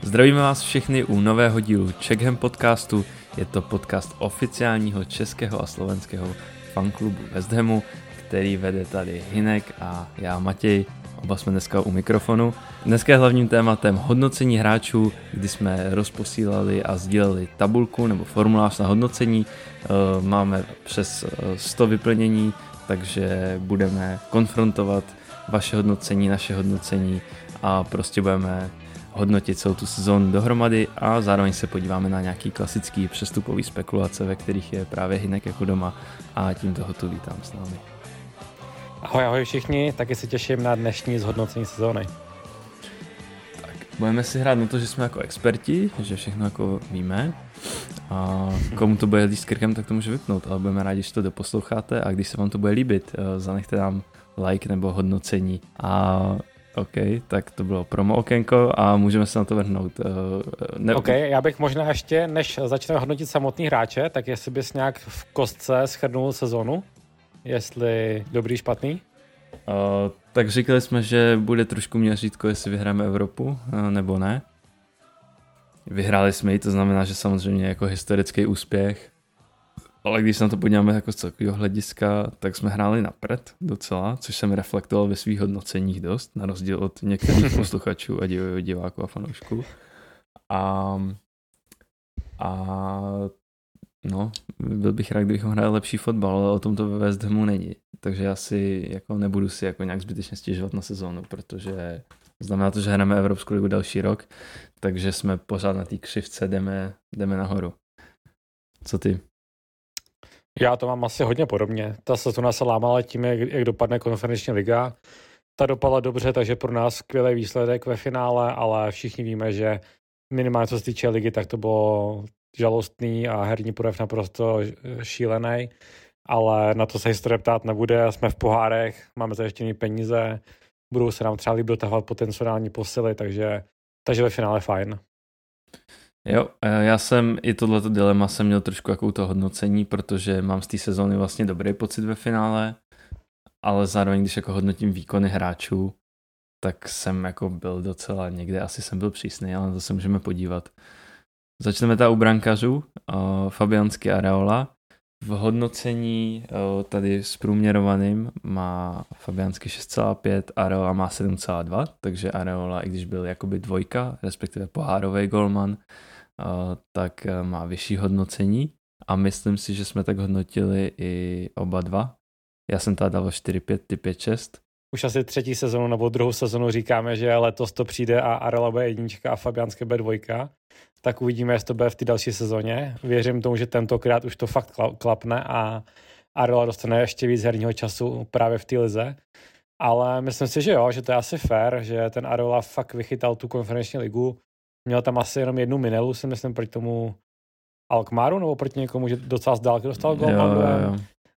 Zdravíme vás všechny u nového dílu Czeckham podcastu. Je to podcast oficiálního českého a slovenského fanklubu West Hamu, který vede tady Hinek a já Matěj. Oba jsme dneska u mikrofonu. Dneska je hlavním tématem hodnocení hráčů, kdy jsme rozposílali a sdíleli tabulku nebo formulář na hodnocení. Máme přes 100 vyplnění, takže budeme konfrontovat vaše hodnocení, naše hodnocení a prostě budeme hodnotit celou tu sezónu dohromady a zároveň se podíváme na nějaký klasický přestupový spekulace, ve kterých je právě Hinek jako doma a tímto ho tu vítám s námi. Ahoj všichni, taky se těším na dnešní zhodnocení sezóny. Tak, budeme si hrát na to, že jsme jako experti, že všechno jako víme a komu to bude líst krkem, tak to může vypnout, ale budeme rádi, že to doposloucháte a když se vám to bude líbit, zanechte nám like nebo hodnocení a OK, tak to bylo promo okénko a můžeme se na to vrhnout. OK, já bych možná ještě, než začneme hodnotit samotný hráče, tak jestli bys nějak v kostce shrnul sezonu, jestli dobrý, špatný? Tak říkali jsme, že bude trošku měřítko, jestli vyhráme Evropu, nebo ne. Vyhráli jsme ji, to znamená, že samozřejmě jako historický úspěch. Ale když se na to podíváme jako z celkového hlediska, tak jsme hráli na prd docela, což jsem reflektoval ve svých hodnoceních dost, na rozdíl od některých posluchačů a diváků a fanoušků. A no, byl bych rád, kdybychom hráli lepší fotbal, ale o tom to ve West Hamu není. Takže já si jako nebudu si jako nějak zbytečně stěžovat na sezónu, protože znamená to, že hrajeme Evropskou ligu další rok, takže jsme pořád na té křivce, jdeme nahoru. Co ty? Já to mám asi hodně podobně. Ta sezona se lámala tím, jak dopadne konferenční liga. Ta dopadla dobře, takže pro nás skvělý výsledek ve finále, ale všichni víme, že minimálně co se týče ligy, tak to bylo žalostný a herní projev naprosto šílený, ale na to se historie ptát nebude. Jsme v pohárech, máme zajištěné peníze, budou se nám třeba líp dotahovat potenciální posily, takže ve finále fajn. Jo, já jsem i tohleto dilema jsem měl trošku jakou to hodnocení, protože mám z té sezóny vlastně dobrý pocit ve finále, ale zároveň, když jako hodnotím výkony hráčů, tak jsem jako byl docela někde, asi jsem byl přísný, ale na to se můžeme podívat. Začneme ta u brankařů, Fabianský Areola. V hodnocení tady s průměrovaným má Fabianský 6,5, Areola má 7,2, takže Areola, i když byl jakoby dvojka, respektive pohárový golman, tak má vyšší hodnocení a myslím si, že jsme tak hodnotili i oba dva. Já jsem tady dal 4,5, ty 5,6. Už asi třetí sezonu nebo druhou sezonu říkáme, že letos to přijde a Areola bude jednička a Fabianský bude dvojka. Tak uvidíme, jestli to bude v té další sezóně. Věřím tomu, že tentokrát už to fakt klapne a Areola dostane ještě víc herního času právě v té lize. Ale myslím si, že jo, že to je asi fair, že ten Areola fakt vychytal tu konferenční ligu. Měl tam asi jenom jednu minelu, si myslím, proti tomu Alkmaru, nebo proti někomu, že docela z dálky dostal gól. Jo.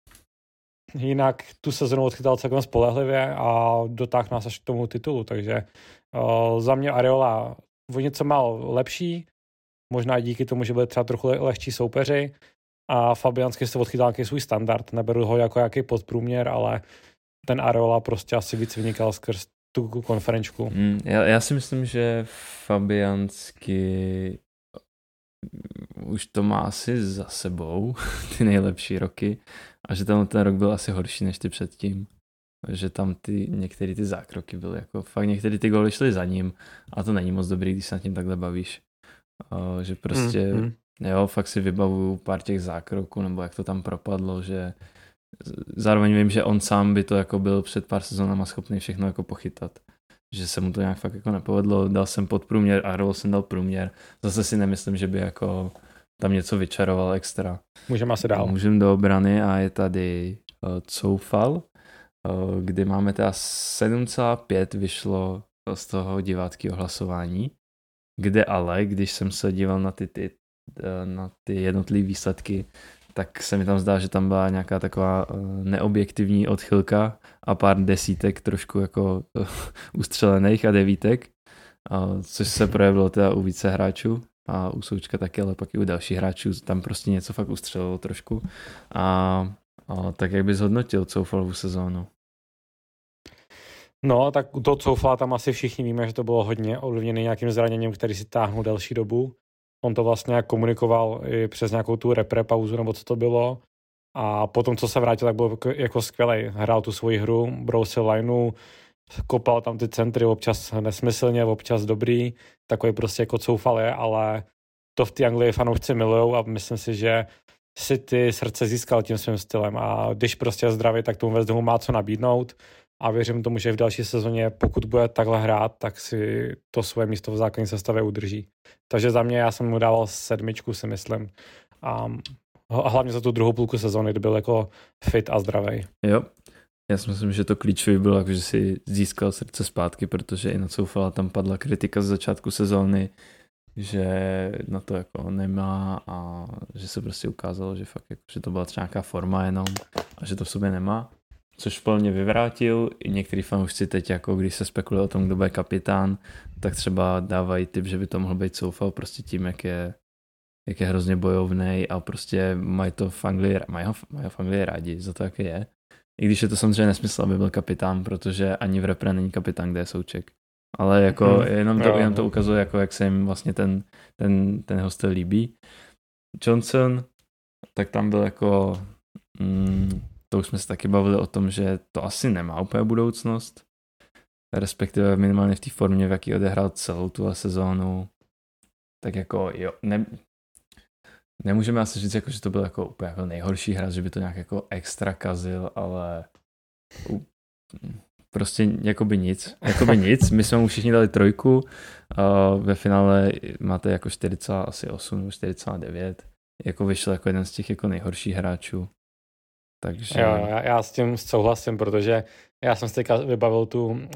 Jinak tu sezonu odchytal celkem spolehlivě a dotáhl nás až k tomu titulu, takže za mě Areola o něco mal lepší, možná díky tomu, že byli třeba trochu lehčí soupeři a Fabianský se odchytal nějaký svůj standard, neberu ho jako jaký podprůměr, ale ten Areola prostě asi víc vynikal skrz tu konferenčku. Já si myslím, že Fabianský už to má asi za sebou, ty nejlepší roky, a že ten rok byl asi horší než ty předtím. Že tam některé ty zákroky byly jako fakt, některé ty góly šly za ním a to není moc dobrý, když se nad tím takhle bavíš. Že prostě, jo, fakt si vybavuju pár těch zákroků, nebo jak to tam propadlo, že zároveň vím, že on sám by to jako byl před pár sezónama schopný všechno jako pochytat. Že se mu to nějak fakt jako nepovedlo, dal jsem podprůměr a Rolo jsem dal průměr. Zase si nemyslím, že by jako tam něco vyčaroval extra. Můžeme asi dál. Můžeme do obrany a je tady Coufal, kdy máme teda 7,5 vyšlo z toho diváckého hlasování, kde ale, když jsem se díval na ty jednotlivé výsledky, tak se mi tam zdá, že tam byla nějaká taková neobjektivní odchylka a pár desítek trošku jako ustřelených a devítek, což se projevilo teda u více hráčů a u Součka taky, ale pak i u dalších hráčů tam prostě něco fakt ustřelilo trošku. A tak jak bys hodnotil Coufalovou sezónu? No, tak u toho Coufala tam asi všichni víme, že to bylo hodně ovlivněné nějakým zraněním, který si táhnul delší dobu. On to vlastně komunikoval i přes nějakou tu repre pauzu, nebo co to bylo. A potom, co se vrátil, tak byl jako skvělej. Hrál tu svoji hru, brousil lineu, kopal tam ty centry, občas nesmyslně, občas dobrý. Takový prostě jako Coufal je, ale to v té Anglii fanoušci milujou a myslím si, že si ty srdce získal tím svým stylem a když prostě je zdravý, tak tomu West Hamu má co nabídnout a věřím tomu, že v další sezóně, pokud bude takhle hrát, tak si to svoje místo v základní sestavě udrží. Takže za mě já jsem mu dával 7, si myslím. A hlavně za tu druhou půlku sezóny, kdy byl jako fit a zdravý. Jo, já si myslím, že to klíčový bylo, že si získal srdce zpátky, protože i na Coufala tam padla kritika z začátku sezóny, že na to jako nemá a že se prostě ukázalo, že fakt jako, že to byla třeba nějaká forma jenom a že to v sobě nemá. Což plně vyvrátil. I některý fanoušci teď, jako když se spekuluje o tom, kdo bude kapitán, tak třeba dávají tip, že by to mohl být Coufal prostě tím, jak je hrozně bojovnej a prostě mají to v Anglii rádi za to, jak je. I když je to samozřejmě nesmysl, aby byl kapitán, protože ani v repre není kapitán, kde je Souček. Ale jako jenom to ukazuje, jako jak se jim vlastně ten hostel líbí. Johnson, tak tam byl jako to už jsme se taky bavili o tom, že to asi nemá úplně budoucnost, respektive minimálně v té formě, v jaký odehrál celou tuhle sezónu, tak jako jo, nemůžeme asi říct, jako, že to byl jako úplně jako nejhorší hráč, že by to nějak jako extra kazil, ale prostě jakoby nic. My jsme mu všichni dali 3, ve finále máte jako 4,8 nebo 4,9, jako vyšel jako jeden z těch jako nejhorších hráčů. Takže... Jo, já s tím souhlasím, protože já jsem si teďka vybavil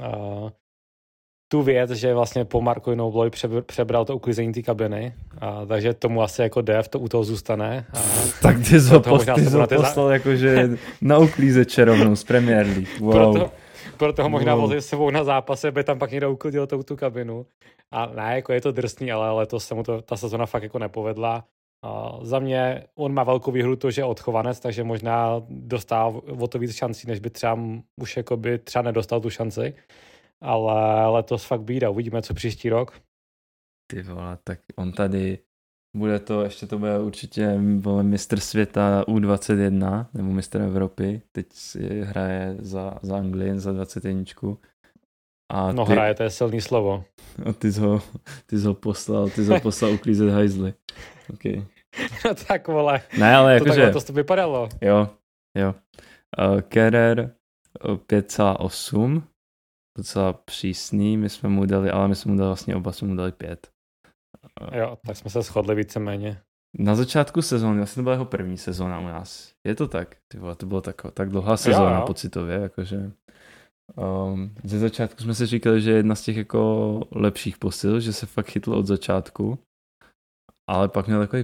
tu věc, že vlastně po Markovi Noblovi přebral to uklízení té kabiny, takže tomu asi jako u toho zůstane. Tak ty jsi ho poslal jakože na uklízeče rovnou z Premier League. Wow. Proto ho možná vozil s sebou na zápase, aby tam pak někdo uklidil tu kabinu. A ne, jako je to drsný, ale letos se mu ta sezona fakt jako nepovedla. Za mě on má velkou výhru to, že je odchovanec, takže možná dostává o to víc šancí, než by třeba už jakoby třeba nedostal tu šanci. Ale letos fakt bída, uvidíme, co příští rok. Ty vole, tak on tady ještě to bude určitě mistr světa U21, nebo mistr Evropy, teď si hraje za Anglii, za 21. A hraje, to je silný slovo. A ty jsi ho poslal uklízet hajzly. Okay. No tak vole, ne, ale jakože... To vypadalo. Jo. Kerer 5,8, docela přísný, my jsme mu dali vlastně oba jsme mu dali 5. Jo, tak jsme se shodli víceméně. Na začátku sezóny, vlastně to byla jeho první sezóna u nás. Je to tak? Ty vole, to bylo tak dlouhá sezóna pocitově, jakože... Ze začátku jsme si říkali, že je jedna z těch jako lepších posil, že se fakt chytl od začátku, ale pak měl takový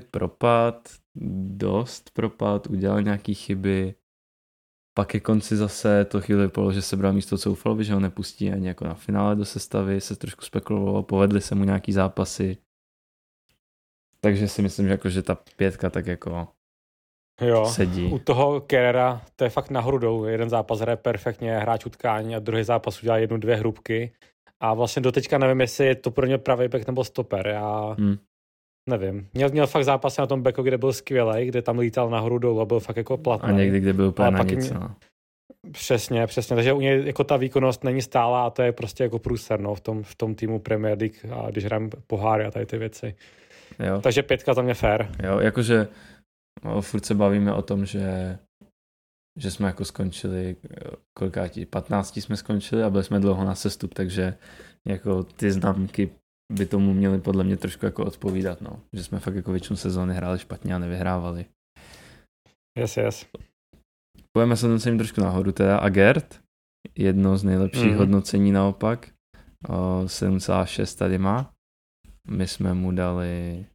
dost propad, udělal nějaký chyby, pak ke konci zase to chvíli vypadalo, že se bral místo Coufalovi, že ho nepustí ani jako na finále do sestavy, se trošku spekulovalo, povedly se mu nějaký zápasy, takže si myslím, že ta 5 tak jako sedí. U toho Kerrera to je fakt nahoru jdou. Jeden zápas hraje perfektně, hráč utkání a druhý zápas udělá 1-2 hrubky. A vlastně doteďka nevím, jestli je to pro ně pravý back nebo stoper. Já nevím. Měl fakt zápas na tom backu, kde byl skvělej, kde tam lítal nahoru dolů a byl fakt jako platný. A někdy, kde byl úplně na nic. No. Přesně. Takže u něj jako ta výkonnost není stála a to je prostě jako průser v tom týmu Premier League, a když hrajeme poháry a tady ty věci. Jo. Takže 5 za mě fair. Jo, jakože furt se bavíme o tom, že jsme jako skončili, kolikátí, 15 jsme skončili a byli jsme dlouho na sestup, takže jako ty známky by tomu měly podle mě trošku jako odpovídat, no. Že jsme fakt jako většinu sezóny hráli špatně a nevyhrávali. Yes. Pojďme se hodnocením trošku nahoru teda. Agert, jedno z nejlepších hodnocení naopak, 7,6 tady má. My jsme mu dali...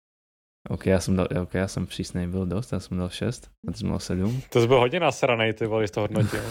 já jsem přísnej, byl dost, já jsem dal 6, a ty jsem dal 7. To jsi byl hodně nasranej, ty vole, jsi to hodnotil.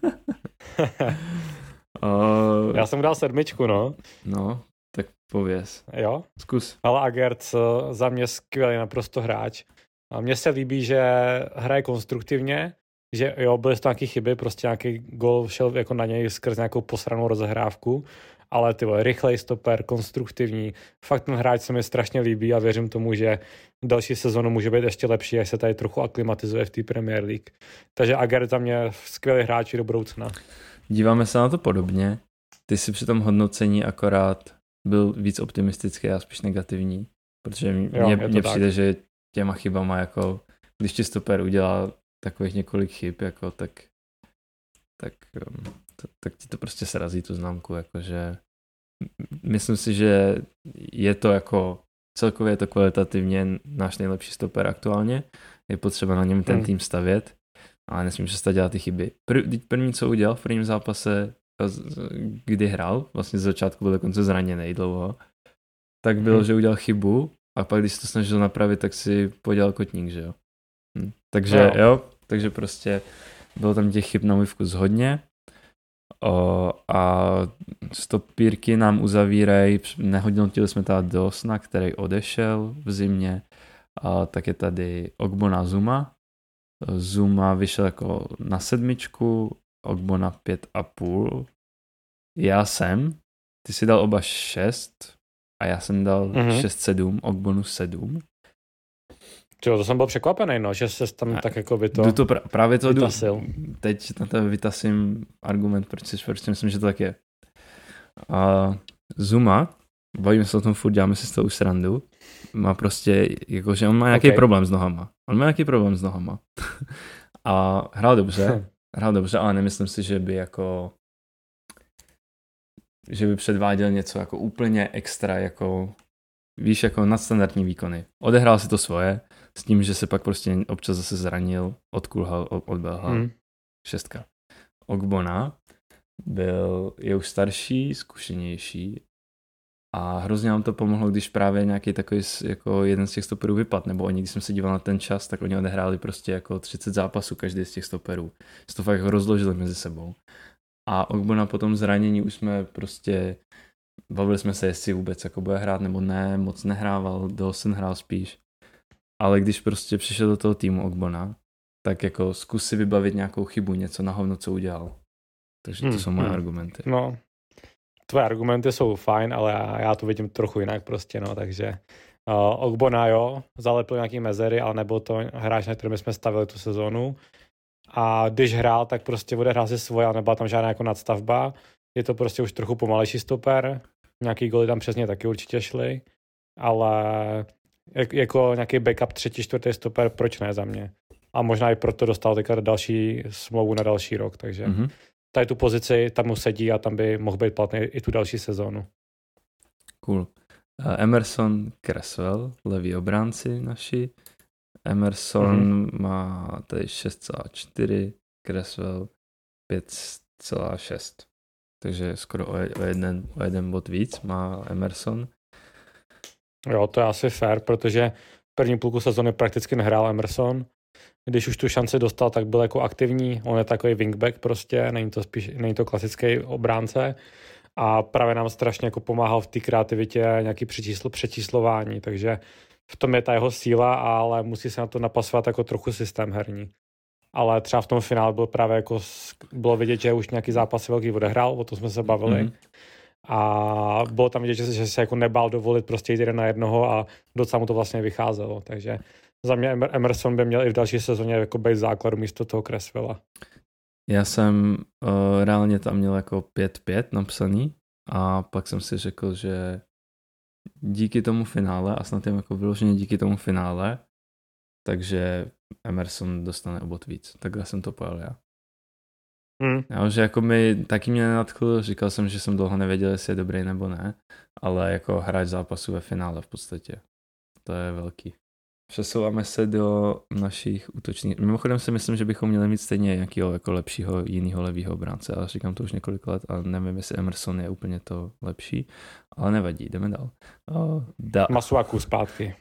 Já jsem dal 7, no. No, tak pověz. Jo? Zkus. Ale Agert za mě skvělý naprosto hráč. A mně se líbí, že hraje konstruktivně že jo, byly to nějaké chyby, prostě nějaký gól šel jako na něj skrz nějakou posranou rozehrávku, ale ty vole, rychlej stoper, konstruktivní, fakt ten hráč se mi strašně líbí a věřím tomu, že další sezonu může být ještě lepší, až se tady trochu aklimatizuje v té Premier League. Takže Aguerd za mě skvělý hráč do budoucna. Díváme se na to podobně. Ty jsi při tom hodnocení akorát byl víc optimistický a spíš negativní, protože mně přijde, že těma chybama, jako když ti stoper udělá takových několik chyb, jako tak ti to prostě srazí tu známku, jakože myslím si, že je to jako celkově je to kvalitativně náš nejlepší stoper aktuálně, je potřeba na něm ten tým stavět, ale nesmím přestat dělat ty chyby. První, co udělal v prvním zápase, kdy hrál, vlastně z začátku byl dokonce zraněný dlouho, tak bylo, že udělal chybu a pak když se to snažil napravit, tak si podělal kotník, že jo. Takže takže prostě bylo tam těch chyb na můj vkus hodně a stopírky nám uzavírají, nehodnotili jsme tady Dawsona, který odešel v zimě, a tak je tady Ogbonna Zuma. Zuma vyšel jako na 7, Ogbonna 5,5. Ty si dal oba 6 a já jsem dal 6,7, Ogbonu 7. Jo, to jsem byl překvapený, no, že se tam tak jako právě to teď na tebe vytasím argument, proč si myslím, že to tak je. Zuma, bavíme se o tom furt, děláme si z toho už srandu, má prostě, jakože on má nějaký problém s nohama. A hrál dobře, ale nemyslím si, že by předváděl něco jako úplně extra, jako víš, jako nadstandardní výkony. Odehrál si to svoje, s tím, že se pak prostě občas zase zranil, odkulhal, odbelhal. 6. Ogbonna je už starší, zkušenější a hrozně nám to pomohlo, když právě nějaký takový jako jeden z těch stoperů vypadl, nebo oni, když jsem se díval na ten čas, tak oni odehráli prostě jako 30 zápasů každý z těch stoperů. Se to fakt rozložili mezi sebou. A Ogbonna po tom zranění už jsme prostě bavili jsme se, jestli vůbec jako bude hrát nebo ne, moc nehrával, Dawson hrál spíš. Ale když prostě přišel do toho týmu Ogbonna, tak jako zkus si vybavit nějakou chybu, něco na hovno, co udělal. Takže to jsou moje argumenty. No, tvoje argumenty jsou fajn, ale já to vidím trochu jinak prostě, no, takže Ogbonna, jo, zalepil nějaký mezery, ale nebyl to hráč, na kterém jsme stavili tu sezónu. A když hrál, tak prostě odehrál si svoje, ale nebyla tam žádná jako nadstavba. Je to prostě už trochu pomalejší stoper. Nějaký góly tam přesně taky určitě šly, ale jako nějaký backup 3., 4. stoper, proč ne za mě? A možná i proto dostal teďka další smlouvu na další rok, takže tady tu pozici tam mu sedí a tam by mohl být platný i tu další sezónu. Cool. Emerson Cresswell, levý obránci naši. Emerson má tady 6,4, Cresswell 5,6. Takže skoro o jeden bod víc má Emerson. Jo, to je asi fair, protože první půlku sezony prakticky nehrál Emerson. Když už tu šanci dostal, tak byl jako aktivní. On je takový wingback prostě, není to klasický obránce. A právě nám strašně jako pomáhal v té kreativitě nějaký přečíslování, takže v tom je ta jeho síla, ale musí se na to napasovat jako trochu systém herní. Ale třeba v tom finále bylo vidět, že už nějaký zápasy velký odehrál, o tom jsme se bavili. A bylo tam vidět, že se jako nebál dovolit prostě jít 1-1 a docela mu to vlastně vycházelo. Takže za mě Emerson by měl i v další sezóně jako být základu místo toho Cresswella. Já jsem reálně tam měl jako 5-5 napsaný a pak jsem si řekl, že díky tomu finále a snad jen jako vyloženě díky tomu finále, takže Emerson dostane o bod víc. Takhle jsem to pojel já. Jo, že jako taky mě nenadchl, říkal jsem, že jsem dlouho nevěděl, jestli je dobrý nebo ne, ale jako hráč zápasu ve finále v podstatě. To je velký. Přesouváme se do našich útočných. Mimochodem si myslím, že bychom měli mít stejně nějakého jako lepšího jinýho levýho obránce, ale říkám to už několik let a nevím, jestli Emerson je úplně to lepší, ale nevadí, jdeme dál. Masuaku zpátky.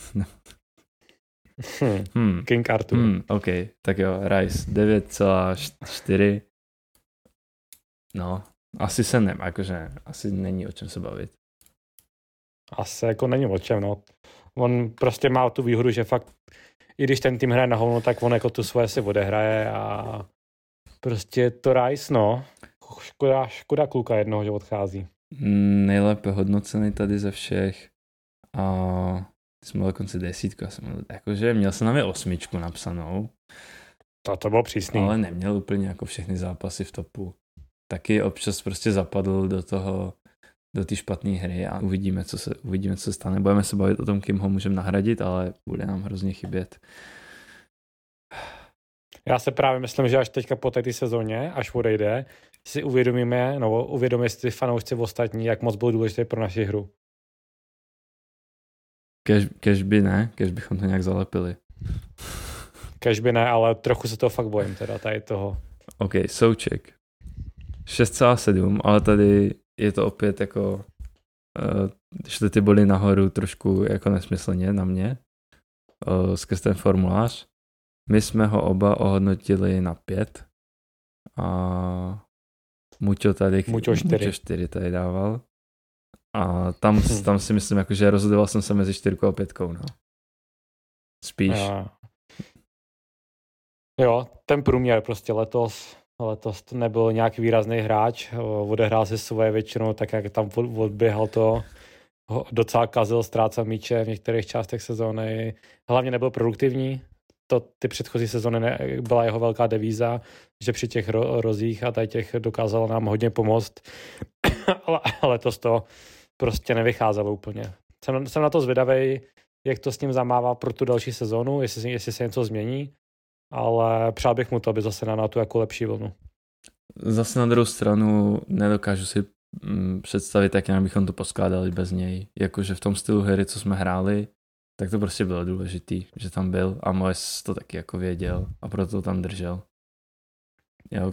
King Arthur. OK, tak jo, Rice 9,4. No, asi není o čem se bavit. Asi jako není o čem, no. On prostě má tu výhodu, že fakt i když ten tým hraje na hovno, tak on jako tu svoje si odehraje a prostě to Rice, no. Škoda kluka jednoho, že odchází. Nejlépe hodnocený tady ze všech a jsme dokonce 10, jakože měl jsem na 8 napsanou. To bylo přísný. Ale neměl úplně jako všechny zápasy v topu. Taky občas prostě zapadl do té špatné hry a uvidíme, co se stane. Budeme se bavit o tom, kým ho můžeme nahradit, ale bude nám hrozně chybět. Já se právě myslím, že až teďka po této sezóně, až odejde, si uvědomí si ty fanoušci ostatní, jak moc byl důležitý pro naši hru. Kež bychom to nějak zalepili. Kež by ne, ale trochu se toho fakt bojím teda tady toho. OK, Souček. 6,7, ale tady je to opět jako šly ty body nahoru trošku jako nesmyslně na mě skrz ten formulář. My jsme ho oba ohodnotili na 5 a Muťo 4 tady dával. A tam si myslím, jako, že rozhodoval jsem se mezi 4 a 5. No. Spíš. Jo, ten průměr prostě letos to nebyl nějaký výrazný hráč, odehrál si svoje většinou, tak jak tam odběhal to, docela kazil, ztrácel míče v některých částech sezóny, hlavně nebyl produktivní, ty předchozí sezóny byla jeho velká devíza, že při těch rozích a tady těch dokázal nám hodně pomoct, ale letos to prostě nevycházelo úplně. Jsem na to zvědavej, jak to s ním zamává pro tu další sezónu, jestli se něco změní, ale přál bych mu to, aby zase na tu jako lepší vlnu. Zase na druhou stranu nedokážu si představit, jak bychom to poskládali bez něj. Jakože v tom stylu hry, co jsme hráli, tak to prostě bylo důležitý, že tam byl a Moes to taky jako věděl a proto to tam držel. Jo.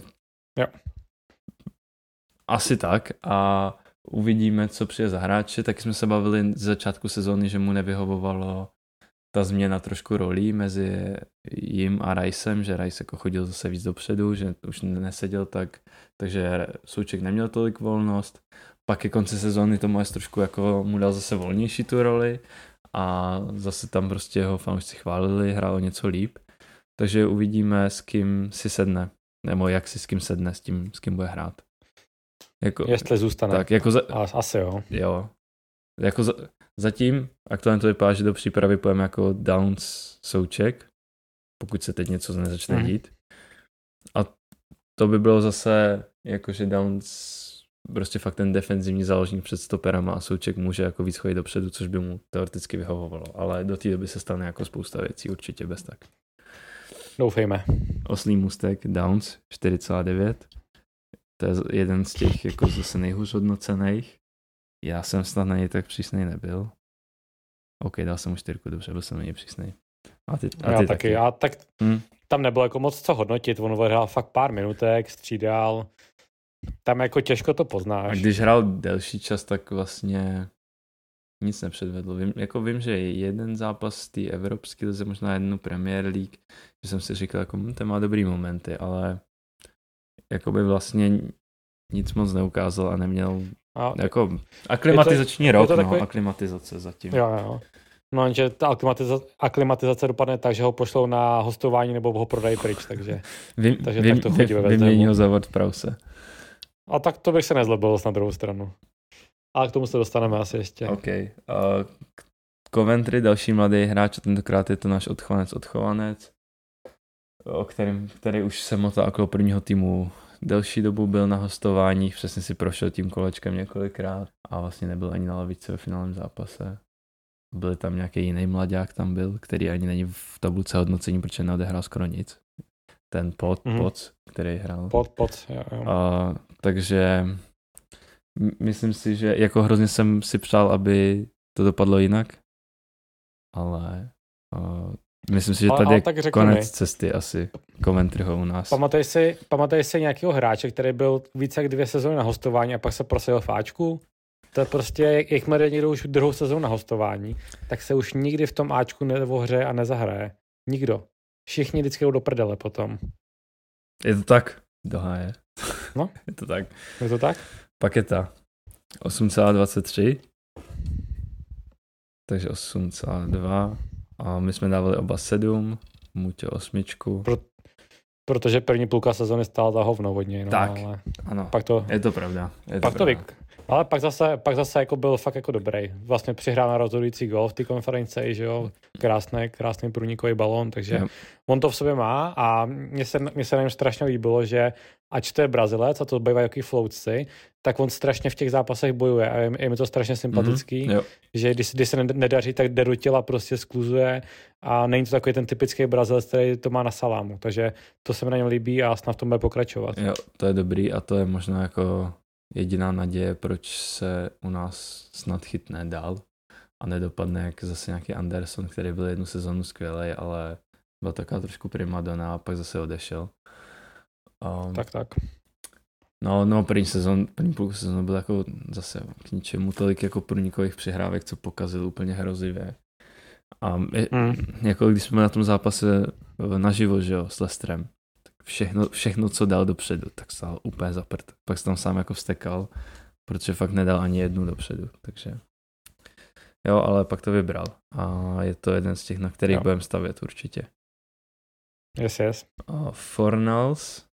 Asi tak a uvidíme, co přijde za hráče. Taky jsme se bavili z začátku sezóny, že mu nevyhovovalo ta změna trošku rolí mezi jim a Ricem, že Rice jako chodil zase víc dopředu, že už neseděl tak, takže Souček neměl tolik volnost. Pak ke konci sezóny to Moes trošku jako mu dal zase volnější tu roli a zase tam prostě ho fanoušci chválili, hrál něco líp. Takže uvidíme, s kým si sedne, nebo jak si s kým sedne, s kým bude hrát. Jako, jestli zůstane. Tak, jako asi jo. Jo. Jako zatím aktuálně to vypadá, že do přípravy půjdeme jako Downs Souček, pokud se teď něco nezačne dít. A to by bylo zase jakože Downs prostě fakt ten defenzivní záložník před stoperama a Souček může jako víc chodit dopředu, což by mu teoreticky vyhovovalo, ale do té doby se stane jako spousta věcí, určitě bez tak. Doufejme. Oslý můstek Downs 4,9. To je jeden z těch jako zase nejhůř hodnocených. Já jsem snad na něj tak přísnej nebyl. OK, dal jsem mu 4, dobře, byl jsem na něj přísnej. A ty taky. Já tak tam nebylo jako moc co hodnotit, on hrál fakt pár minutek, střídal. Tam jako těžko to poznáš. A když hrál delší čas, tak vlastně nic nepředvedl. Vím, že jeden zápas z té evropské lize, možná jednu Premier League, že jsem si říkal, jako ten má dobrý momenty, ale jakoby vlastně nic moc neukázal a neměl jako aklimatizační rok, takový... aklimatizace zatím. Jo. No, že ta aklimatizace dopadne tak, že ho pošlou na hostování nebo ho prodají pryč, takže tak to chodí ve West Hamu. Vymění ho za WordPresse. A tak to bych se nezlobil na druhou stranu. Ale k tomu se dostaneme asi ještě. OK. Coventry, další mladý hráč, tentokrát je to náš odchovanec, který už se motal okolo prvního týmu delší dobu, byl na hostování, přesně si prošel tím kolečkem několikrát a vlastně nebyl ani na lavici ve finálním zápase. Byl tam nějaký jiný mladák tam byl, který ani není v tabulce hodnocení, protože neodehrál skoro nic. Ten Poc, který hrál. Poc, jo. Takže myslím si, že jako hrozně jsem si přál, aby to dopadlo jinak, ale myslím si, že tady je konec cesty asi Coventryho u nás. Pamatuješ si nějakého hráče, který byl více jak 2 sezóny na hostování a pak se prosadil v Ačku? To je prostě, jakmile někdo už druhou sezónu na hostování, tak se už nikdy v tom Ačku neohřeje a nezahraje. Nikdo. Všichni vždycky jdou do prdele potom. Je to tak? Doháje. No? Je to tak. Je to tak? Paketa. 8,23. Takže 8,2. A my jsme dávali oba 7, Muťo 8. Protože první půlka sezony stála za hovno od něj. No, tak, ale ano, pak to, je to pravda. Ale pak zase jako byl fakt jako dobrý. Vlastně přihrál na rozhodující gól v té konferenci, že jo, krásný průnikový balón, takže on to v sobě má a mně se na něm strašně líbilo, že ač to je Brazilec a to bývají jaký floutci, tak on strašně v těch zápasech bojuje a je mi to strašně sympatický, že když se nedaří, tak jde do těla, prostě skluzuje a není to takový ten typický Brazilec, který to má na salámu, takže to se mi na něm líbí a snad v tom bude pokračovat. Jo, to je dobrý a to je možná jako jediná naděje, proč se u nás snad chytne dál a nedopadne jak zase nějaký Anderson, který byl jednu sezonu skvělej, ale byl taková trošku primadona a pak zase odešel. Tak. No, první půlku sezónu byl jako zase k ničemu, tolik jako průnikových přihrávek, co pokazil úplně hrozivě. A jako když jsme na tom zápase naživo, že jo, s Leicesterem, všechno, co dal dopředu, tak stál úplně za prd. Pak se tam sám jako vstekal, protože fakt nedal ani jednu dopředu, takže jo, ale pak to vybral a je to jeden z těch, na kterých budeme stavět určitě. Yes. Fornals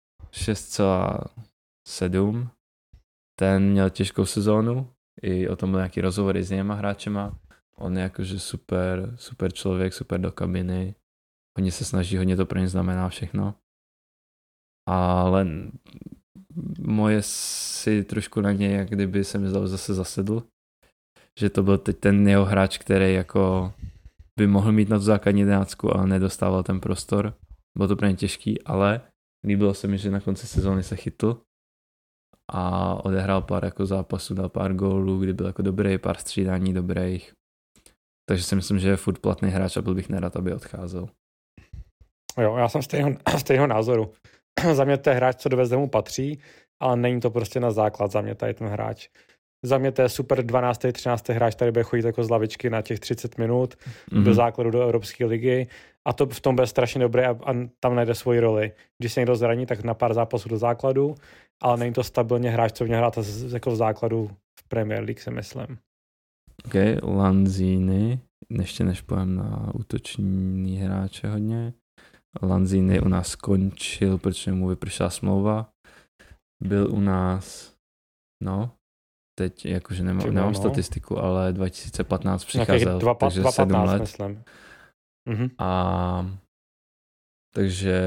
6,7, ten měl těžkou sezónu, i o tom byl nějaký rozhovory s něma hráčema, on je jakože super člověk, super do kabiny, hodně se snaží, hodně to pro ně znamená všechno. Ale moje si trošku na něj, jak kdyby se mi zase zasedl, že to byl teď ten jeho hráč, který jako by mohl mít na tu základní 11, ale nedostával ten prostor. Bylo to pro ně těžký, ale líbilo se mi, že na konci sezóny se chytl a odehrál pár jako zápasů, dal pár gólů, kdy byl jako dobrý, pár střídání dobrých. Takže si myslím, že je furt platný hráč a byl bych nerad, aby odcházel. Jo, já jsem stejného názoru. Za mě to je hráč, co do West Hamu patří, ale není to prostě na základ za mě tady ten hráč. Za mě to je super 12. 13. hráč, tady bude chodit jako z lavičky na těch 30 minut do základu do Evropské ligy a to v tom bude strašně dobré a tam najde svoji roli. Když se někdo zraní, tak na pár zápasů do základu, ale není to stabilně hráč, co v něj hrát jako v základu v Premier League, si myslím. OK, Lanzini, ještě než pojem na útoční hráče hodně. Lanzini u nás skončil, protože mu vypršela smlouva. Byl u nás, teď jakože nemám statistiku, ale 2015 přicházel, takže 7 let. Myslím. A takže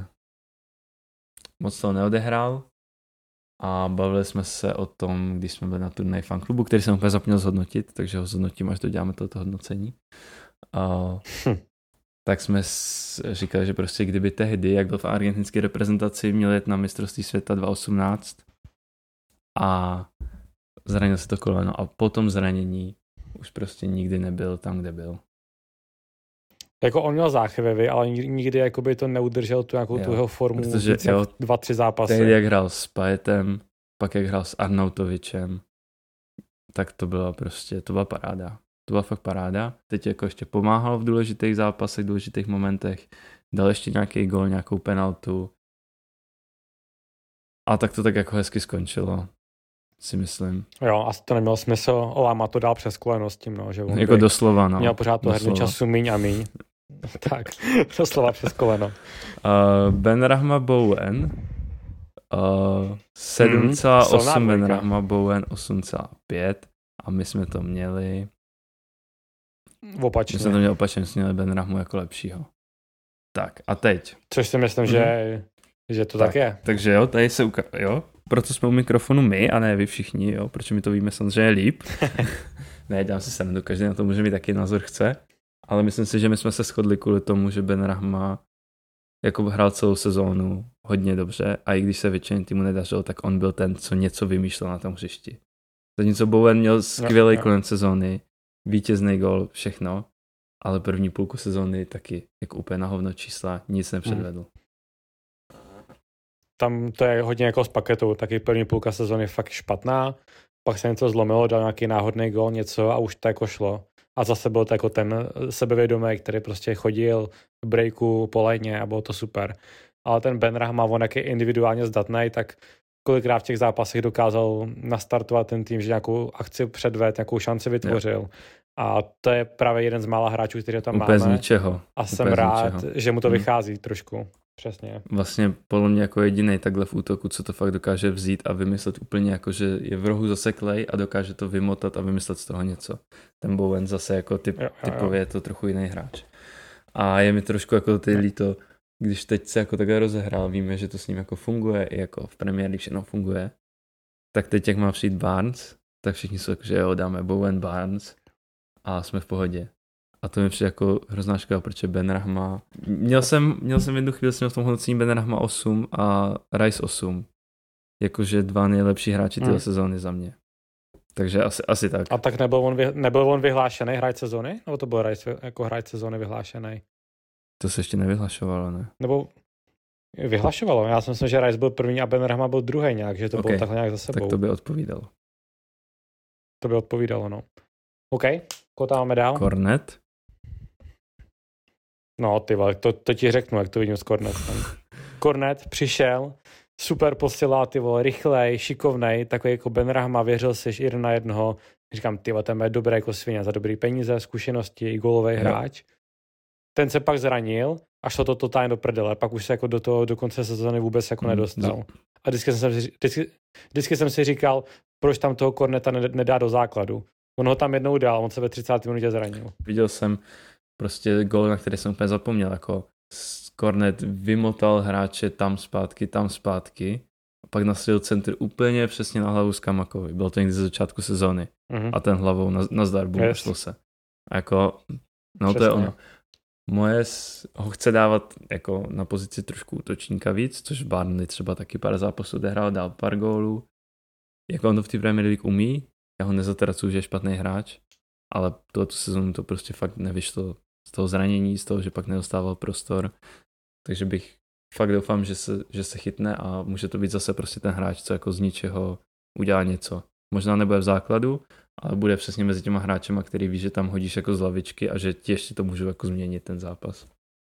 moc toho neodehrál a bavili jsme se o tom, když jsme byli na turnaji fanklubu, který jsem úplně zapomněl zhodnotit, takže ho zhodnotím, až doděláme toto hodnocení. Tak jsme říkali, že prostě kdyby tehdy, jak byl v argentinské reprezentaci, měl jet na mistrovství světa 2018 a zranil se to koleno a po tom zranění už prostě nikdy nebyl tam, kde byl. Jako on měl záchvěvy, ale nikdy jakoby to neudržel tu nějakou tu jeho formu, protože 2-3 zápasy. Tehdy jak hrál s Pajetem, pak jak hrál s Arnautovičem, tak to byla paráda. To byla fakt paráda. Teď jako ještě pomáhal v důležitých zápasech, důležitých momentech. Dal ještě nějaký gól, nějakou penaltu. A tak to tak jako hezky skončilo, si myslím. Jo, asi to nemělo smysl lámat to dál přes koleno s tím, že on jako doslova, měl pořád to herní času míň a míň. Tak, doslova přes koleno. Benrahma Bowen 7,8, Benrahma Bowen 8,5 a my jsme to měli opačně. My jsme to měli opačně, jsme měli Benrahmu jako lepšího. Tak a teď. Což si myslím, že to tak je. Takže jo, tady se proto jsme u mikrofonu my a ne vy všichni, jo, protože my to víme samozřejmě líp. Ne, dám si srandu, každý na to může mít taky názor chce, ale myslím si, že my jsme se shodli kvůli tomu, že Benrahma jako hrál celou sezónu hodně dobře a i když se většině týmu nedařilo, tak on byl ten, co něco vymýšlel na tom hřišti. Zatímco Bowen měl skvělý konec sezóny, vítězný gól, všechno, ale první půlku sezóny taky jako úplně na hovno čísla, nic nepředvedl. Tam to je hodně jako z paketu, taky první půlka sezóny fakt špatná, pak se něco zlomilo, dal nějaký náhodný gól, něco a už to jako šlo. A zase byl to jako ten sebevědomý, který prostě chodil v breaku po lajně a bylo to super. Ale ten Benrahma, on jak je individuálně zdatný, tak kolikrát v těch zápasech dokázal nastartovat ten tým, že nějakou akci předved, nějakou šanci vytvořil. A to je právě jeden z mála hráčů, který tam úplně máme. Z ničeho. A jsem rád, že mu to vychází trošku. Přesně. Vlastně podle mě jako jedinej takhle v útoku, co to fakt dokáže vzít a vymyslet úplně jako, že je v rohu zaseklej a dokáže to vymotat a vymyslet z toho něco. Ten Bowen zase jako typově je to trochu jiný hráč. A je mi trošku jako ty líto, když teď se jako takhle rozehrál, víme, že to s ním jako funguje, i jako v Premier League všechno funguje, tak teď jak má přijít Barnes, tak všichni jsou jako, že jo, dáme Bowen, Barnes a jsme v pohodě. A to mi přijde jako hrozná škoda, protože Benrahma... Měl jsem jednu chvíli v tom hodnocení Benrahma 8 a Rice 8. Jakože 2 nejlepší hráči této sezóny za mě. Takže asi tak. A tak nebyl on vyhlášený hráč sezóny? Nebo to byl Rice jako hráč sezóny vyhlášený? To se ještě nevyhlašovalo, ne? Nebo vyhlašovalo. Já si myslím, že Rice byl první a Benrahma byl druhý nějak, že to bylo takhle nějak za sebou. Tak to by odpovídalo. To by odpovídalo, no. OK, koho tam máme dál? Cornet. No, ty vole, to ti řeknu, jak to vidím s Cornetem. Cornet přišel, super posila, ty vole, rychlej, šikovnej, takový jako Benrahma, věřil jsi 1-1. Říkám, ty vole, ten je dobrý jako svině, za dobrý peníze, zkušenosti, gólový hráč. Ten se pak zranil a šlo to totálně do prdele, pak už se jako do konce sezóny vůbec jako nedostal. No. A vždycky jsem si říkal, proč tam toho Corneta nedá do základu. On ho tam jednou dal, on se ve 30. minutě zranil. Viděl jsem prostě gól, na který jsem úplně zapomněl, jako Cornet vymotal hráče tam zpátky a pak nastřelil centr úplně přesně na hlavu Skamakovi. Bylo to někdy ze začátku sezóny a ten hlavou na zdarbu šlo se. A jako, no přesně. To je ono. Moje ho chce dávat jako na pozici trošku útočníka víc, což Barnley třeba taky pár zápasů odehrál, dal pár gólů. Jak on to v té Premier League umí, já ho nezatracuju, že je špatný hráč, ale tu sezónu to prostě fakt nevyšlo z toho zranění, z toho, že pak nedostával prostor. Takže bych fakt doufám, že se chytne a může to být zase prostě ten hráč, co jako z ničeho udělá něco. Možná nebude v základu, ale bude přesně mezi těma hráčema, který ví, že tam hodíš jako z lavičky a že ti ještě to můžou jako změnit ten zápas.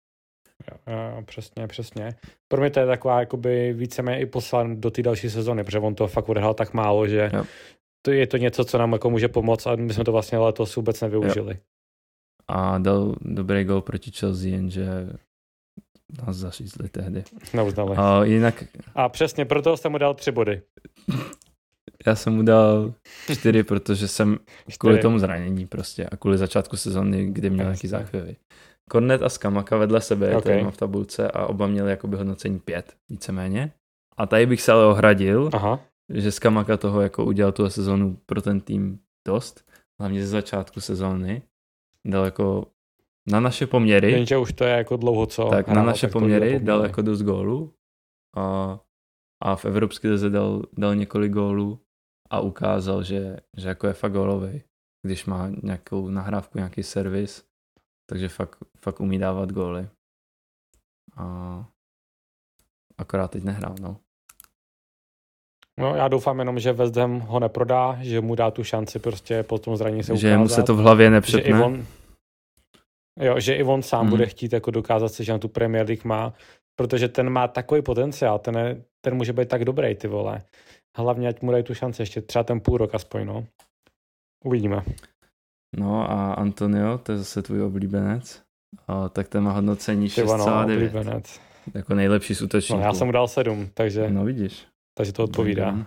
Přesně. Pro mě to je taková jakoby víceméně i poslan do té další sezony, protože on to fakt odehrál tak málo, že je to něco, co nám jako může pomoct a my jsme to vlastně letos vůbec nevyužili. Jo. A dal dobrý gol proti Chelsea, jenže nás zařízli tehdy. Neuznali. A přesně, proto jsem mu dal 3 body. Já jsem mu dal 4, protože jsem kvůli tomu zranění prostě a kvůli začátku sezóny, kdy měl nějaký záchvěvy. Cornet a Skamaka vedle sebe, to je v tabulce a oba měli jakoby hodnocení 5, víceméně. A tady bych se ale ohradil, že Skamaka toho jako udělal tu sezónu pro ten tým dost, hlavně ze začátku sezóny. Dal jako na naše poměry. Jenže už to je jako dlouho co. Tak na naše poměry dal jako dost gólů a v Evropské lize dal několik gólů a ukázal, že jako je fakt gólovej, když má nějakou nahrávku, nějaký servis, takže fakt umí dávat góly. A akorát teď nehrál, no. No, já doufám jenom, že West Ham ho neprodá, že mu dá tu šanci prostě po tom zranění se ukázat. Že mu se to v hlavě nepřepne. Že i on sám bude chtít jako dokázat si, že na tu Premier League má, protože ten má takový potenciál, ten může být tak dobrý, ty vole. Hlavně, ať mu dají tu šanci ještě třeba ten půl rok aspoň, no. Uvidíme. No a Antonio, to je zase tvůj oblíbenec, tak ten má hodnocení 6,9. Jako nejlepší z útočníků. No, já jsem mu dal 7, takže... No vidíš. Takže to odpovídá.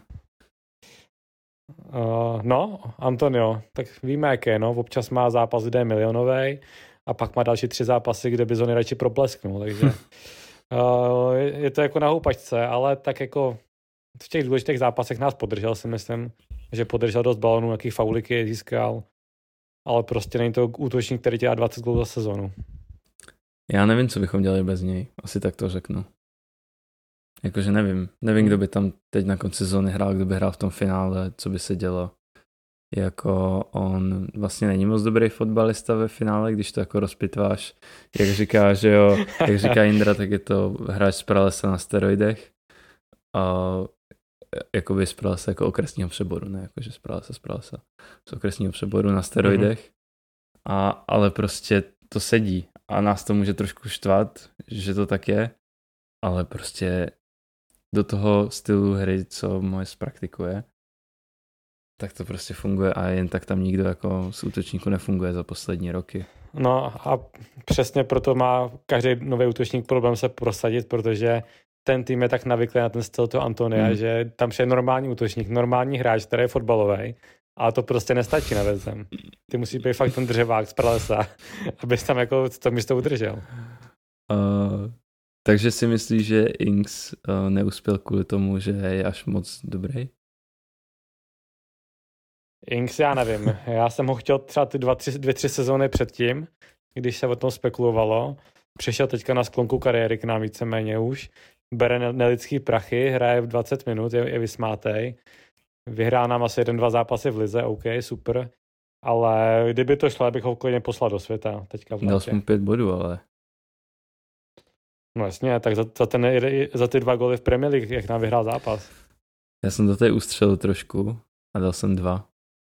No, Antonio, tak víme, jak je, no. Občas má zápas, kde je milionovej a pak má další 3 zápasy, kde by zóny radši proplesknul, takže je to jako na houpačce, ale tak jako v těch důležitých zápasech nás podržel, si myslím, že podržel dost balonů, jaký fauliky získal, ale prostě není to útočník, který ti dá 20 gólů za sezonu. Já nevím, co bychom dělali bez něj, asi tak to řeknu. Jakože nevím, kdo by tam teď na konci sezóny hrál, kdo by hrál v tom finále, co by se dělo. Jako on vlastně není moc dobrý fotbalista ve finále, když to jako rozpitváš, jak říká, že jo, jak říká Jindra, tak je to hráč z pralesa na steroidech. A jakoby z pralesa jako okresního přeboru, ne jakože z pralesa. Z okresního přeboru na steroidech. Ale prostě to sedí a nás to může trošku štvat, že to tak je, ale prostě do toho stylu hry, co moje praktikuje, tak to prostě funguje a jen tak tam nikdo jako z útočníku nefunguje za poslední roky. No a přesně proto má každý nový útočník problém se prosadit, protože ten tým je tak navyklý na ten styl toho Antonia, že tam přijde normální útočník, normální hráč, který je fotbalový, ale to prostě nestačí na vezem. Ty musí být fakt ten dřevák z pralesa, abys tam jako to místo udržel. Takže si myslíš, že Ings neuspěl kvůli tomu, že je až moc dobrý? Ings, já nevím. Já jsem ho chtěl třeba ty 2-3 sezóny předtím, když se o tom spekulovalo. Přišel teďka na sklonku kariéry k nám víceméně už. Bere nelidský prachy, hraje v 20 minut, je vysmátej. Vyhrál nám asi 1-2 zápasy v lize, OK, super. Ale kdyby to šlo, bych ho klidně poslal do světa. Teďka dal jsem mu 5 bodů, ale... No jasně, tak za ty 2 góly v Premier League, jak nám vyhrál zápas. Já jsem do té ustřelil trošku a dal jsem 2.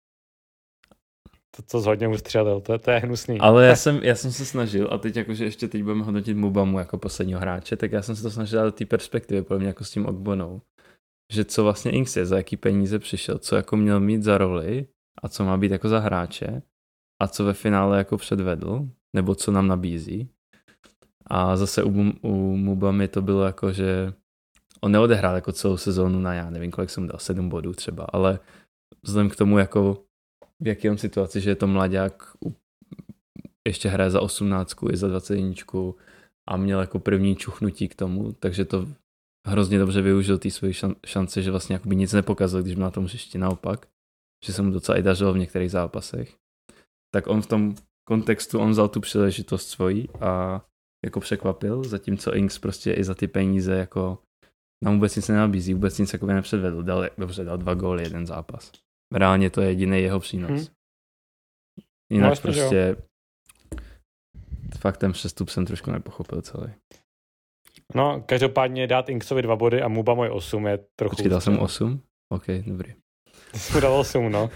To hodně ustřelil, to je hnusný. Ale já jsem se snažil, a teď jakože ještě teď budeme hodnotit Mubamu jako posledního hráče, tak já jsem se to snažil dát do té perspektivy, podle mě jako s tím Ogbonou. Že co vlastně Ings je, za jaký peníze přišel, co jako měl mít za roli a co má být jako za hráče a co ve finále jako předvedl, nebo co nám nabízí. A zase u Mubamy to bylo jako, že on neodehrál jako celou sezónu na, já nevím, kolik jsem dal, 7 bodů třeba, ale vzhledem k tomu, jako v jaký on situaci, že je to mladák, ještě hraje za 18 i za 21 a měl jako první čuchnutí k tomu, takže to hrozně dobře využil té svojí šance, že vlastně jakoby nic nepokazil, když byl na tom hřišti, naopak, že se mu docela i dařilo v některých zápasech. Tak on v tom kontextu, on vzal tu příležitost svojí a jako překvapil, zatímco Ings prostě i za ty peníze jako nám vůbec nic nenabízí, vůbec nic jako nepředvedl. Dal 2 góly, 1 zápas. Reálně to je jediný jeho přínos. Jinak no, prostě fakt ten přestup jsem trošku nepochopil celý. No, každopádně dát Inksovi 2 body a Muba můj 8 je trochu... Počkej, dal jsem 8? OK, dobrý. Jsi mu dal 8, no.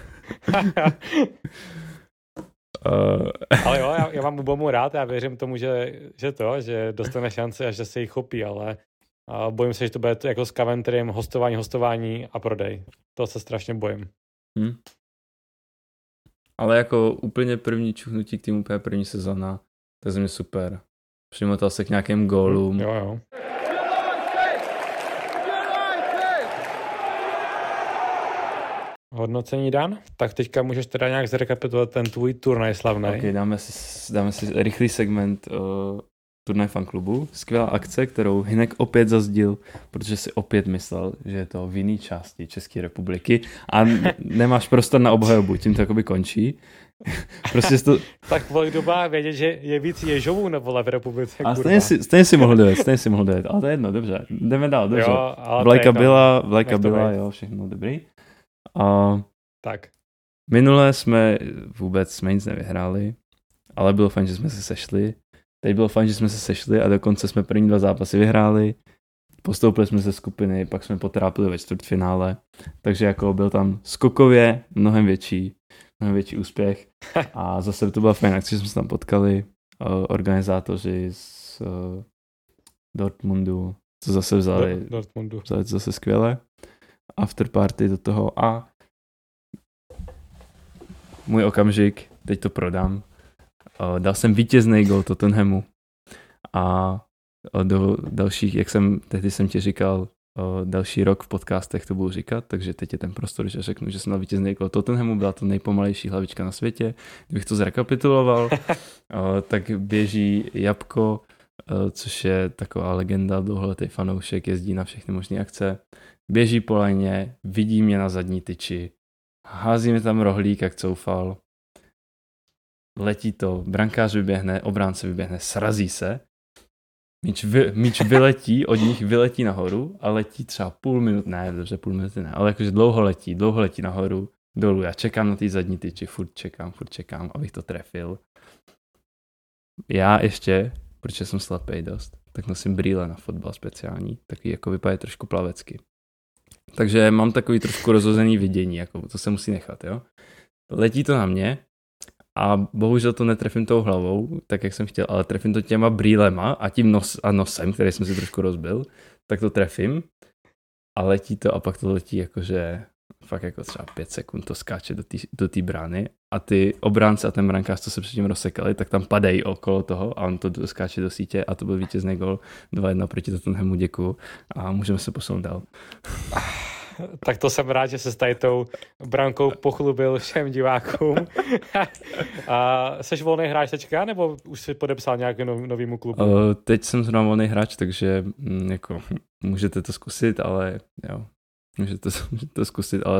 Ale jo, já mám Mubamu rád, já věřím tomu, že dostane šanci a že se jí chopí, ale bojím se, že to bude jako s Coventrym hostování a prodej. To se strašně bojím. Ale jako úplně první čuchnutí k týmu, úplně první sezóna, to je za mě super. Přimotal se k nějakým gólům. Jo. Hodnocení Dan? Tak teďka můžeš teda nějak zrekapitulovat ten tvůj turnaj slavnej. Ok, dáme si rychlý segment turnaj fanklubu. Skvělá akce, kterou Hynek opět zazdil, protože si opět myslel, že je to v jiné části České republiky a nemáš prostor na obhajobu, tím to jakoby končí. Prostě to... Tak vole, kdo má vědět, že je víc ježovů na vole v republice. A stejně si mohl dojet, ale to je jedno, dobře. Jdeme dál, dobře. Jo, vlajka byla, jo, všechno dobrý. Tak. Minule jsme nic nevyhráli, ale bylo fajn, že jsme se sešli. Teď bylo fajn, že jsme se sešli a dokonce jsme první 2 zápasy vyhráli. Postoupili jsme ze skupiny, pak jsme potrápili ve čtvrtfinále. Takže jako byl tam skokově mnohem větší úspěch. A zase to byla fajn akce, že jsme se tam potkali. Organizátoři z Dortmundu, co zase vzali to zase skvěle. Afterparty do toho a můj okamžik, teď to prodám. Dal jsem vítězný gol Tottenhamu a do dalších, tehdy jsem ti říkal, další rok v podcastech to budu říkat, takže teď je ten prostor, že řeknu, že jsem dal vítězný gol Tottenhamu, byla to nejpomalejší hlavička na světě. Kdybych to zrekapituloval, tak běží Jabko, což je taková legenda, dlouholetý fanoušek, jezdí na všechny možné akce. Běží po lajně, vidí mě na zadní tyči, hází mi tam rohlík, jak coufal. Letí to, brankář vyběhne, obránce vyběhne, srazí se. Míč vyletí, od nich vyletí nahoru a letí třeba půl minuty ne, ale jakože dlouho letí nahoru, dolů. Já čekám na té zadní tyči, furt čekám, abych to trefil. Já ještě, protože jsem slepej dost, tak nosím brýle na fotbal speciální, takový jako vypadá trošku plavecky. Takže mám takový trošku rozhozený vidění, jako to se musí nechat, jo. Letí to na mě a bohužel to netrefím tou hlavou, tak jak jsem chtěl, ale trefím to těma brýlema a tím nosem, který jsem si trošku rozbil, tak to trefím a letí to a pak to letí jakože fakt jako třeba 5 sekund to skáče do té brány a ty obránce a ten brankář, co se předtím rozsekali, tak tam padají okolo toho a on to skáče do sítě a to byl vítězný gol 2-1 proti Tottenhamu, děkuju a můžeme se posunout dál. Tak to jsem rád, že se s tady tou brankou pochlubil všem divákům. A seš volný hráč teďka, nebo už jsi podepsal nějaký novýmu klubu? Teď jsem zrovna volný hráč, takže jako můžete to zkusit, ale jo, můžete to zkusit, ale...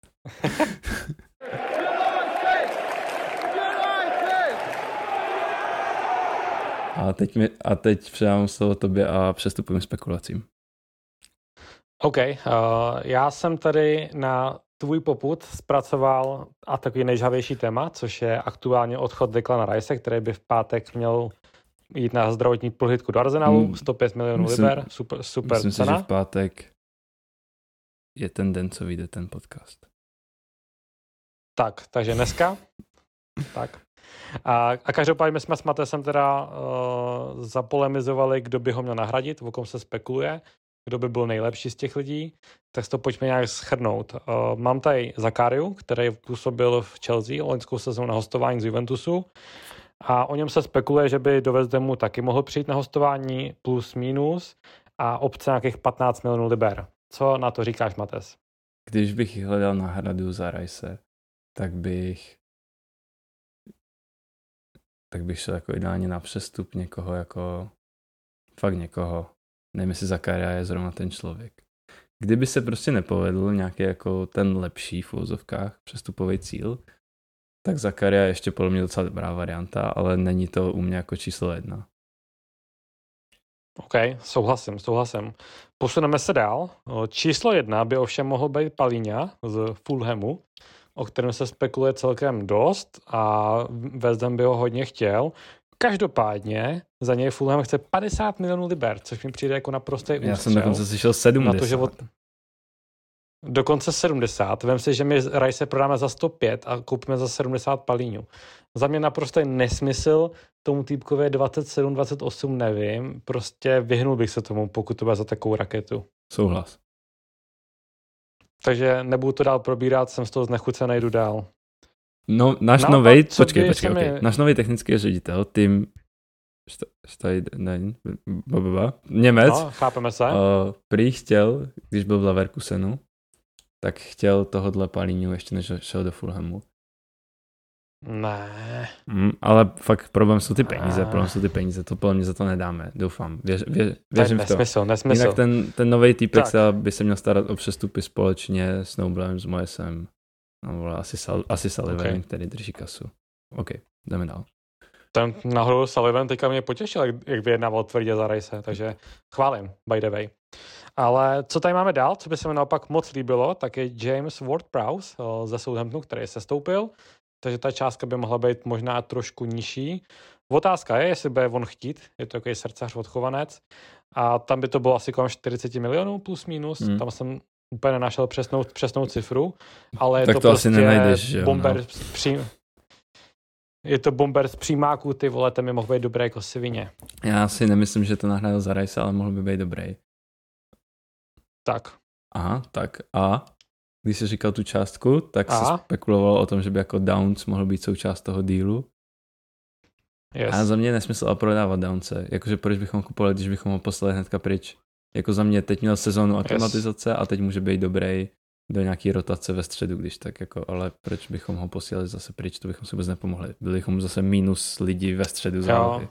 A teď předávám slovo tobě a přestupujeme spekulacím. OK, já jsem tady na tvůj popud zpracoval a takový nejžhavější téma, což je aktuálně odchod Declana Rice, který by v pátek měl jít na zdravotní prohlídku do Arsenalu, 105 milionů liber, super myslím cena. Si, že v pátek je ten den, co vyjde ten podcast. Tak, takže dneska. Tak. A každopádně jsme s Matesem teda zapolemizovali, kdo by ho měl nahradit, o kom se spekuluje, kdo by byl nejlepší z těch lidí, tak to pojďme nějak shrnout. Mám tady Zakariu, který působil v Chelsea loňskou sezónu na hostování z Juventusu a o něm se spekuluje, že by do West Hamu taky mohl přijít na hostování plus minus a opce nějakých 15 milionů liber. Co na to říkáš, Mates? Když bych hledal náhradu za Rice, tak bych šel jako ideálně na přestup někoho jako fakt někoho. Nevím, jestli Zakaria je zrovna ten člověk. Kdyby se prostě nepovedl nějaký jako ten lepší v uvozovkách přestupový cíl, tak Zakaria je ještě podle mě docela dobrá varianta, ale není to u mě jako číslo 1. OK, souhlasím. Posuneme se dál. Číslo 1 by ovšem mohl být Palhinha z Fulhamu, o kterém se spekuluje celkem dost a West Ham by ho hodně chtěl. Každopádně za něj Fulham chce 50 milionů liber, což mi přijde jako naprostý ústřel. Já jsem dokonce slyšel 70. Na to, že dokonce 70. Vem si, že my Rice prodáme za 105 a koupíme za 70 Palhinhu. Za mě naprosto nesmysl, tomu týpkově 27, 28, nevím. Prostě vyhnul bych se tomu, pokud to bude za takovou raketu. Souhlas. Takže nebudu to dál probírat, jsem z toho znechucený, jdu dál. No, náš nový, počkej, okay. Náš nový technický ředitel, Tim Němec, no, chápeme se. Prý chtěl, když byl v Leverkusenu, tak chtěl tohodle Palhinhu ještě než šel do Fulhamu. Ne. Ale fakt problém jsou ty peníze, to podle mě za to nedáme, doufám. Věřím v to. Nesmysl. Jinak ten nový týpek by se měl starat o přestupy společně s Noblem, s Moyesem. No, asi Sullivan, okay, který drží kasu. OK, jdeme dál. Ten nahoru Sullivan teďka mě potěšil, jak vyjednával tvrdě za Rice, takže chválím, by the way. Ale co tady máme dál, co by se mi naopak moc líbilo, tak je James Ward-Prowse ze Southamptonu, který se stoupil, takže ta částka by mohla být možná trošku nižší. Otázka je, jestli bude on chtít, je to takový srdcař odchovanec, a tam by to bylo asi kolem 40 milionů plus minus, tam jsem úplně nenašel přesnou cifru, ale je tak to prostě prostě nenajdeš, bomber no. Je to bomber z přímáků, ty vole, ten by mohl být dobrý jako Sivině. Já si nemyslím, že to nahradil za Rice, ale mohl by být dobrý. Tak. Aha, tak a když jsi říkal tu částku, tak se spekulovalo o tom, že by jako Downs mohl být součást toho dealu. Yes. A za mě nesmysl prodávat Downse. Jakože proč bychom kupovali, když bychom ho poslali hnedka pryč. Jako za mě teď měl sezónu aklimatizace a teď může být dobrý do nějaký rotace ve středu, když tak jako, ale proč bychom ho posílali zase pryč, to bychom si vůbec nepomohli. Byli bychom zase minus lidí ve středu zálohy.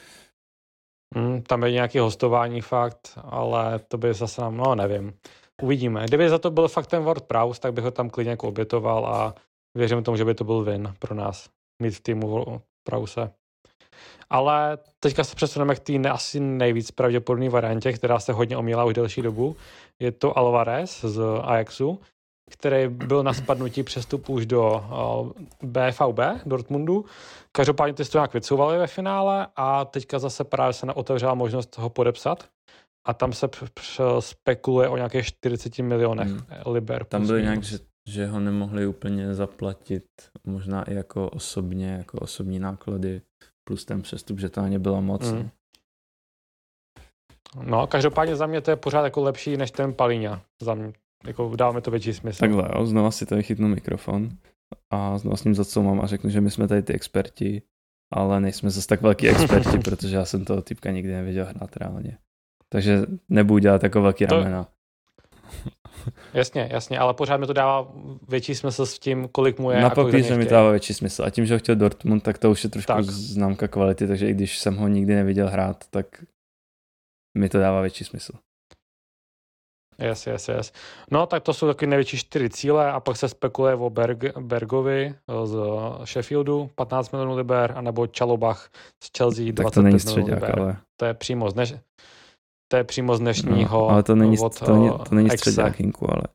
Tam je nějaký hostování fakt, ale to by zase nám, no nevím. Uvidíme. Kdyby za to byl fakt ten Ward-Prowse, tak bych ho tam klidně jako obětoval a věřím tomu, že by to byl win pro nás mít v týmu Prowse. Ale teďka se přesuneme k té asi nejvíc pravděpodobné variantě, která se hodně omílá už delší dobu. Je to Alvarez z Ajaxu, který byl na spadnutí přestupu už do BVB, Dortmundu. Každopádně ty to nějak vycouvali ve finále a teďka zase právě se otevřela možnost ho podepsat. A tam se spekuluje o nějakých 40 milionech liber. Tam bylo nějak, že ho nemohli úplně zaplatit, možná i jako osobně, jako osobní náklady, plus ten přestup, že to ani bylo moc. No, každopádně za mě to je pořád jako lepší než ten Palíňa. Za mě, jako dává mi to větší smysl. Takhle, jo, znova si tady chytnu mikrofon a znova s ním zacoumám a řeknu, že my jsme tady ty experti, ale nejsme zase tak velký experti, protože já jsem toho typka nikdy neviděl hrát reálně. Takže nebudu dělat jako velký ramena. Jasně, ale pořád mi to dává větší smysl s tím, kolik mu je. Na papíře mi to dává větší smysl. A tím, že ho chtěl Dortmund, tak to už je trošku známka kvality, takže i když jsem ho nikdy neviděl hrát, tak mi to dává větší smysl. Yes. No, tak to jsou taky největší 4 cíle a pak se spekuluje o Bergovi z Sheffieldu, 15 milionů liber, anebo Chalobah z Chelsea, 25 milionů liber. Ale... To je přímo z dnešního no, ale to není středák, Hinku, ale...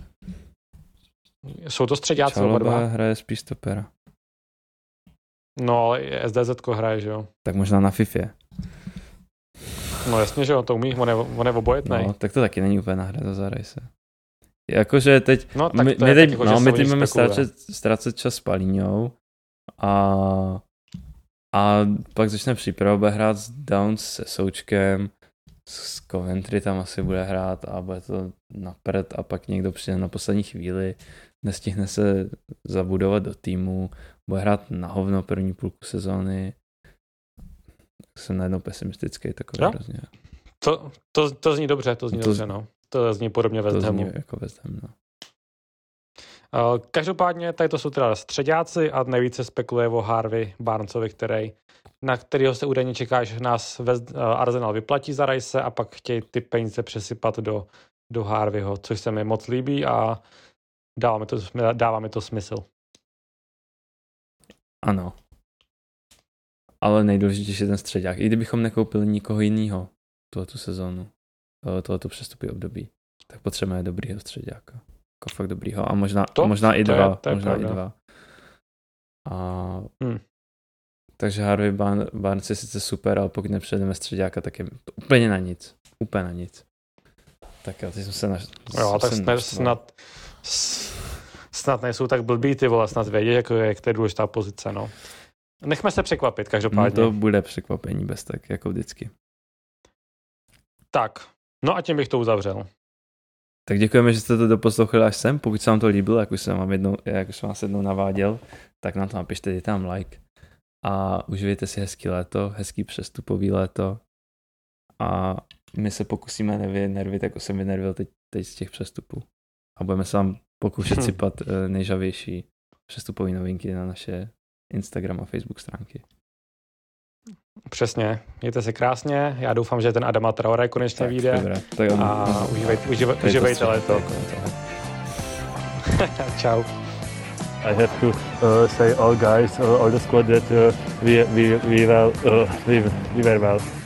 Jsou to středáci oba dva? Chalobah hraje spíš stopera. No, ale SDZ-ko hraje, že jo? Tak možná na Fifě. No jasně, že jo, to umí, on je obojetnej. No, tak to taky není úplně náhrada za Rice. Jakože teď, no, my teď máme ztrácet čas s Palíňou a pak začne příprava, bude hrát s Downs se Součkem, s Coventry tam asi bude hrát a bude to napřed a pak někdo přijde na poslední chvíli, nestihne se zabudovat do týmu, bude hrát na hovno první půlku sezóny. Jsem najednou pesimistický takový hrozně. To zní dobře, no. To zní podobně West Hamu. To zní jako West Ham, no. Každopádně tady to jsou teda středáci a nejvíce spekuluje o Harvey Barnesovi, na kterého se údajně čeká, že nás Arsenal vyplatí za Rice a pak chtějí ty peníze přesypat do Harveyho, což se mi moc líbí a dává mi to smysl. Ano. Ale nejdůležitější je ten středák. I kdybychom nekoupili nikoho jiného tuhletu sezónu, tohleto přestupy období, tak potřebujeme dobrýho středáka. Jako fakt dobrýho. A možná i dva. Takže Harvey Barnes je sice super, ale pokud nepředeme středáka, tak je to úplně na nic. Úplně na nic. Tak já teď jsem se snad nejsou tak blbý, ty vole, snad vědí, jak to je důležitá pozice, no. Nechme se překvapit, každopádně. No to bude překvapení bez tak, jako vždycky. Tak, no a tím bych to uzavřel. Tak děkujeme, že jste to doposlouchali až sem. Pokud se vám to líbilo, jak už jsem vás jednou naváděl, tak nám to napište, dejte tam like. A užijte si hezký léto, hezký přestupový léto. A my se pokusíme nevynervit, jako jsem vynervil teď z těch přestupů. A budeme se vám pokoušet sypat nejžavější přestupové novinky na naše Instagram a Facebook stránky. Přesně. Mějte se krásně. Já doufám, že ten Adama Traoré konečně vyjde. A užívejte léto. Čau. I have to say all guys, all the squad that we were well.